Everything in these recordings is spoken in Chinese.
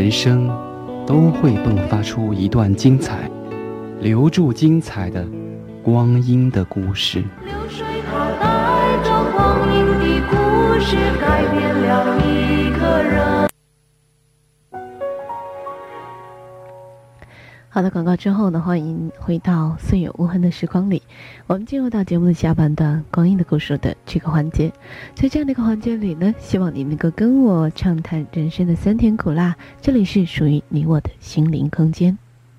人生都会迸发出一段精彩、留住精彩的光阴的故事。 流水它带着光阴的故事，改变了一个人。 好的，广告之后呢，欢迎回到岁月无痕的时光里。我们进入到节目的下半段光阴的故事的这个环节。在这样的一个环节里呢，希望你能够跟我畅谈人生的酸甜苦辣，这里是属于你我的心灵空间。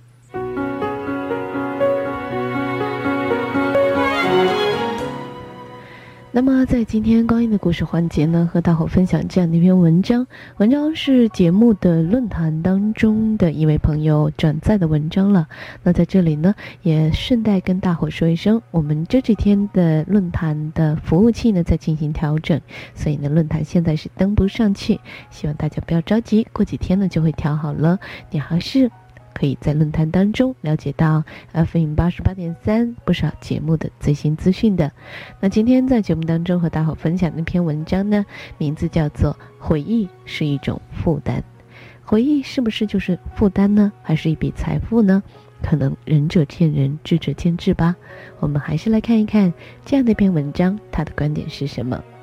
那么在今天光阴的故事环节呢，和大伙分享这样的一篇文章是节目的论坛当中的一位朋友转载的文章了。那在这里呢，也顺带跟大伙说一声，我们这几天的论坛的服务器呢在进行调整，所以呢论坛现在是登不上去，希望大家不要着急，过几天呢就会调好了。你还是可以在论坛当中了解到 FM 88.3不少节目的最新资讯的。那今天在节目当中和大伙分享的那篇文章呢，名字叫做回忆是一种负担。回忆是不是就是负担呢？还是一笔财富呢？可能仁者见仁，智者见智吧。我们还是来看一看这样的一篇文章，它的观点是什么。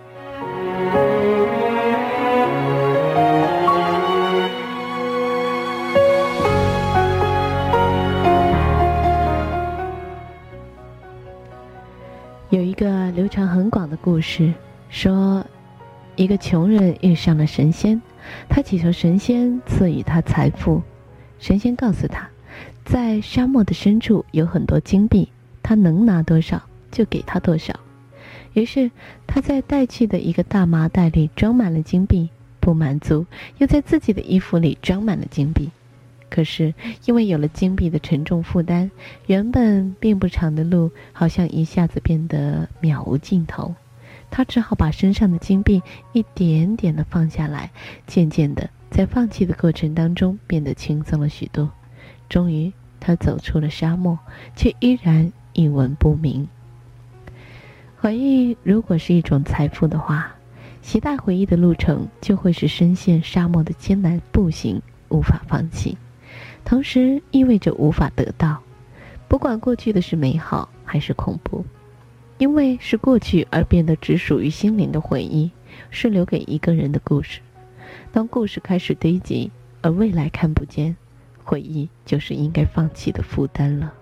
有一个流传很广的故事，说一个穷人遇上了神仙，他祈求神仙赐予他财富。神仙告诉他，在沙漠的深处有很多金币，他能拿多少就给他多少。于是他在带去的一个大麻袋里装满了金币，不满足，又在自己的衣服里装满了金币。可是因为有了金币的沉重负担，原本并不长的路好像一下子变得渺无尽头。他只好把身上的金币一点点地放下来，渐渐地在放弃的过程当中变得轻松了许多。终于他走出了沙漠，却依然一文不名。回忆如果是一种财富的话，携带回忆的路程就会是深陷沙漠的艰难步行，无法放弃，同时意味着无法得到。不管过去的是美好还是恐怖，因为是过去而变得只属于心灵的回忆，是留给一个人的故事。当故事开始堆积，而未来看不见，回忆就是应该放弃的负担了。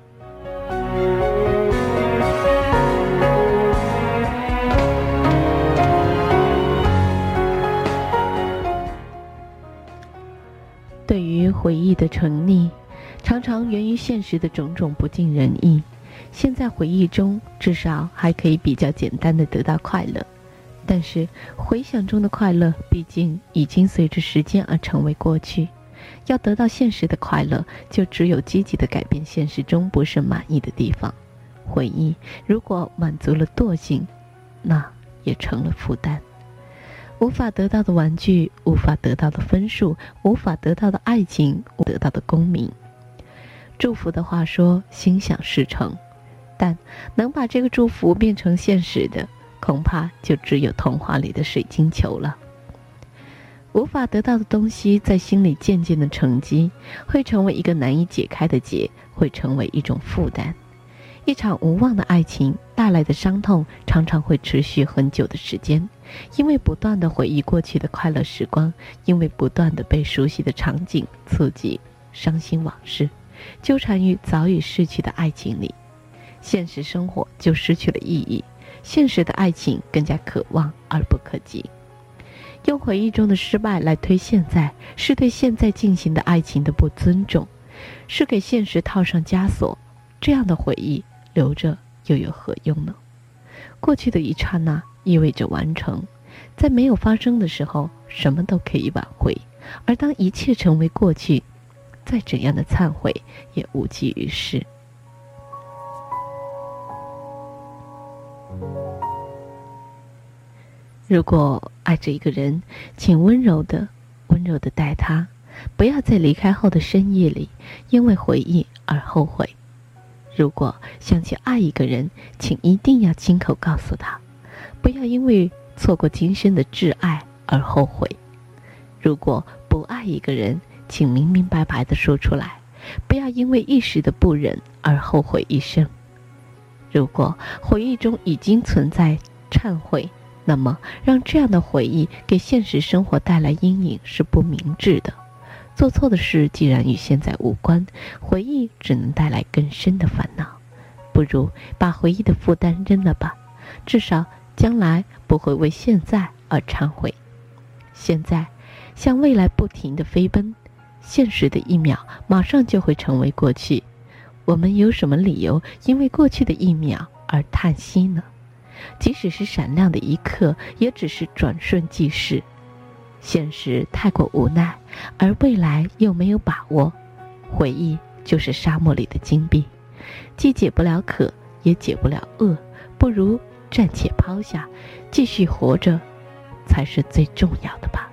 对于回忆的沉溺，常常源于现实的种种不尽人意。现在回忆中至少还可以比较简单的得到快乐，但是回想中的快乐毕竟已经随着时间而成为过去。要得到现实的快乐，就只有积极的改变现实中不是满意的地方。回忆如果满足了惰性，那也成了负担。无法得到的玩具，无法得到的分数，无法得到的爱情，无法得到的功名。祝福的话说心想事成，但能把这个祝福变成现实的，恐怕就只有童话里的水晶球了。无法得到的东西在心里渐渐的沉积，会成为一个难以解开的结，会成为一种负担。一场无望的爱情带来的伤痛常常会持续很久的时间，因为不断的回忆过去的快乐时光，因为不断的被熟悉的场景刺激伤心往事，纠缠于早已逝去的爱情里，现实生活就失去了意义，现实的爱情更加可望而不可及。用回忆中的失败来推现在，是对现在进行的爱情的不尊重，是给现实套上枷锁。这样的回忆留着又有何用呢？过去的一刹那意味着完成，在没有发生的时候，什么都可以挽回，而当一切成为过去，再怎样的忏悔也无济于事。如果爱着一个人，请温柔的待他，不要在离开后的深夜里因为回忆而后悔。如果想去爱一个人，请一定要亲口告诉他，不要因为错过今生的挚爱而后悔。如果不爱一个人， 请明明白白地说出来，不要因为一时的不忍而后悔一生。如果回忆中已经存在忏悔，那么让这样的回忆给现实生活带来阴影是不明智的。做错的事既然与现在无关，回忆只能带来更深的烦恼，不如把回忆的负担扔了吧，至少将来不会为现在而忏悔。现在向未来不停地飞奔，现实的一秒马上就会成为过去，我们有什么理由因为过去的一秒而叹息呢？即使是闪亮的一刻，也只是转瞬即逝。现实太过无奈，而未来又没有把握，回忆就是沙漠里的金币，既解不了渴，也解不了饿，不如暂且抛下，继续活着才是最重要的吧。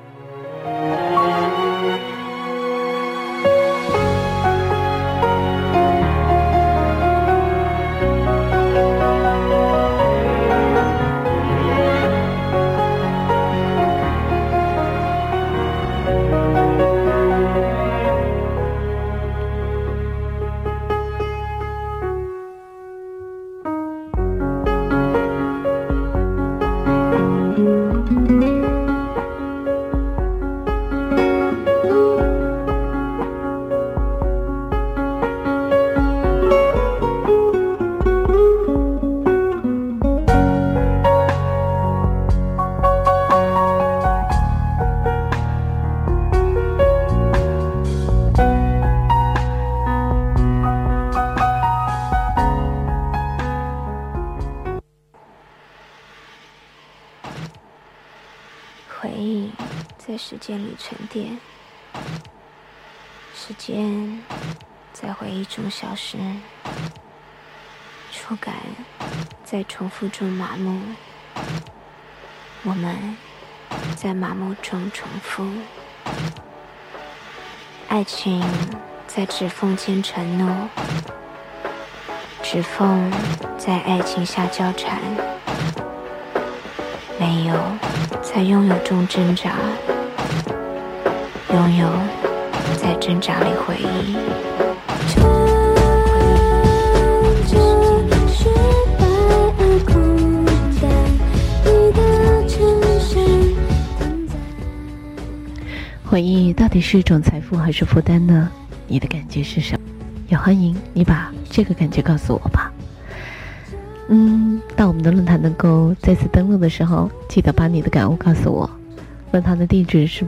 回忆在时间里沉淀，时间在回忆中消失，触感在重复中麻木，我们在麻木中重复，爱情在指缝间承诺，指缝在爱情下交缠，没有在拥有中挣扎，拥有在挣扎里回忆。 回忆到底是一种财富还是负担呢？你的感觉是什么？也欢迎你把这个感觉告诉我吧。到我们的论坛能够再次登录的时候，记得把你的感悟告诉我。论坛的地址是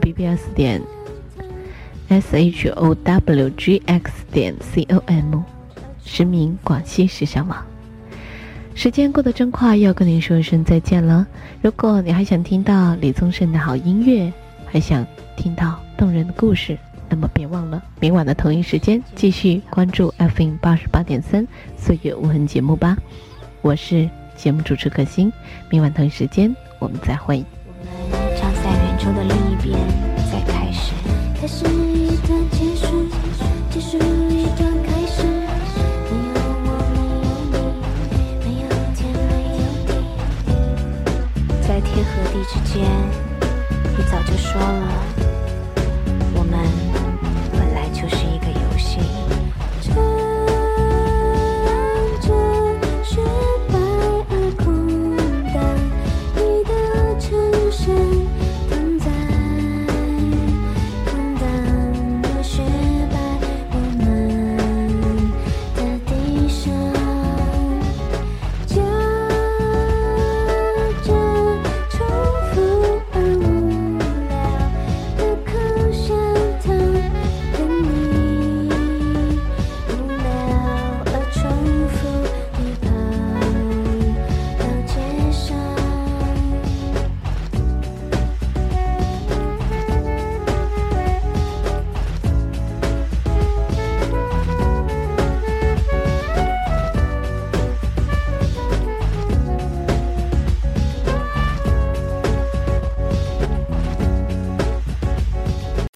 bbs.showgx.com， 实名广西时尚网。时间过得真快，要跟您说一声再见了。如果你还想听到李宗盛的好音乐，还想听到动人的故事，那么别忘了明晚的同一时间继续关注 FM 88.3岁月无痕节目吧。我是节目主持可心，明晚同一时间我们再会。 我们将在圆周的另一边再开始， 开始一段结束，结束一段开始。没有我，没有你，没有天，没有地。 在天和地之间，你早就说了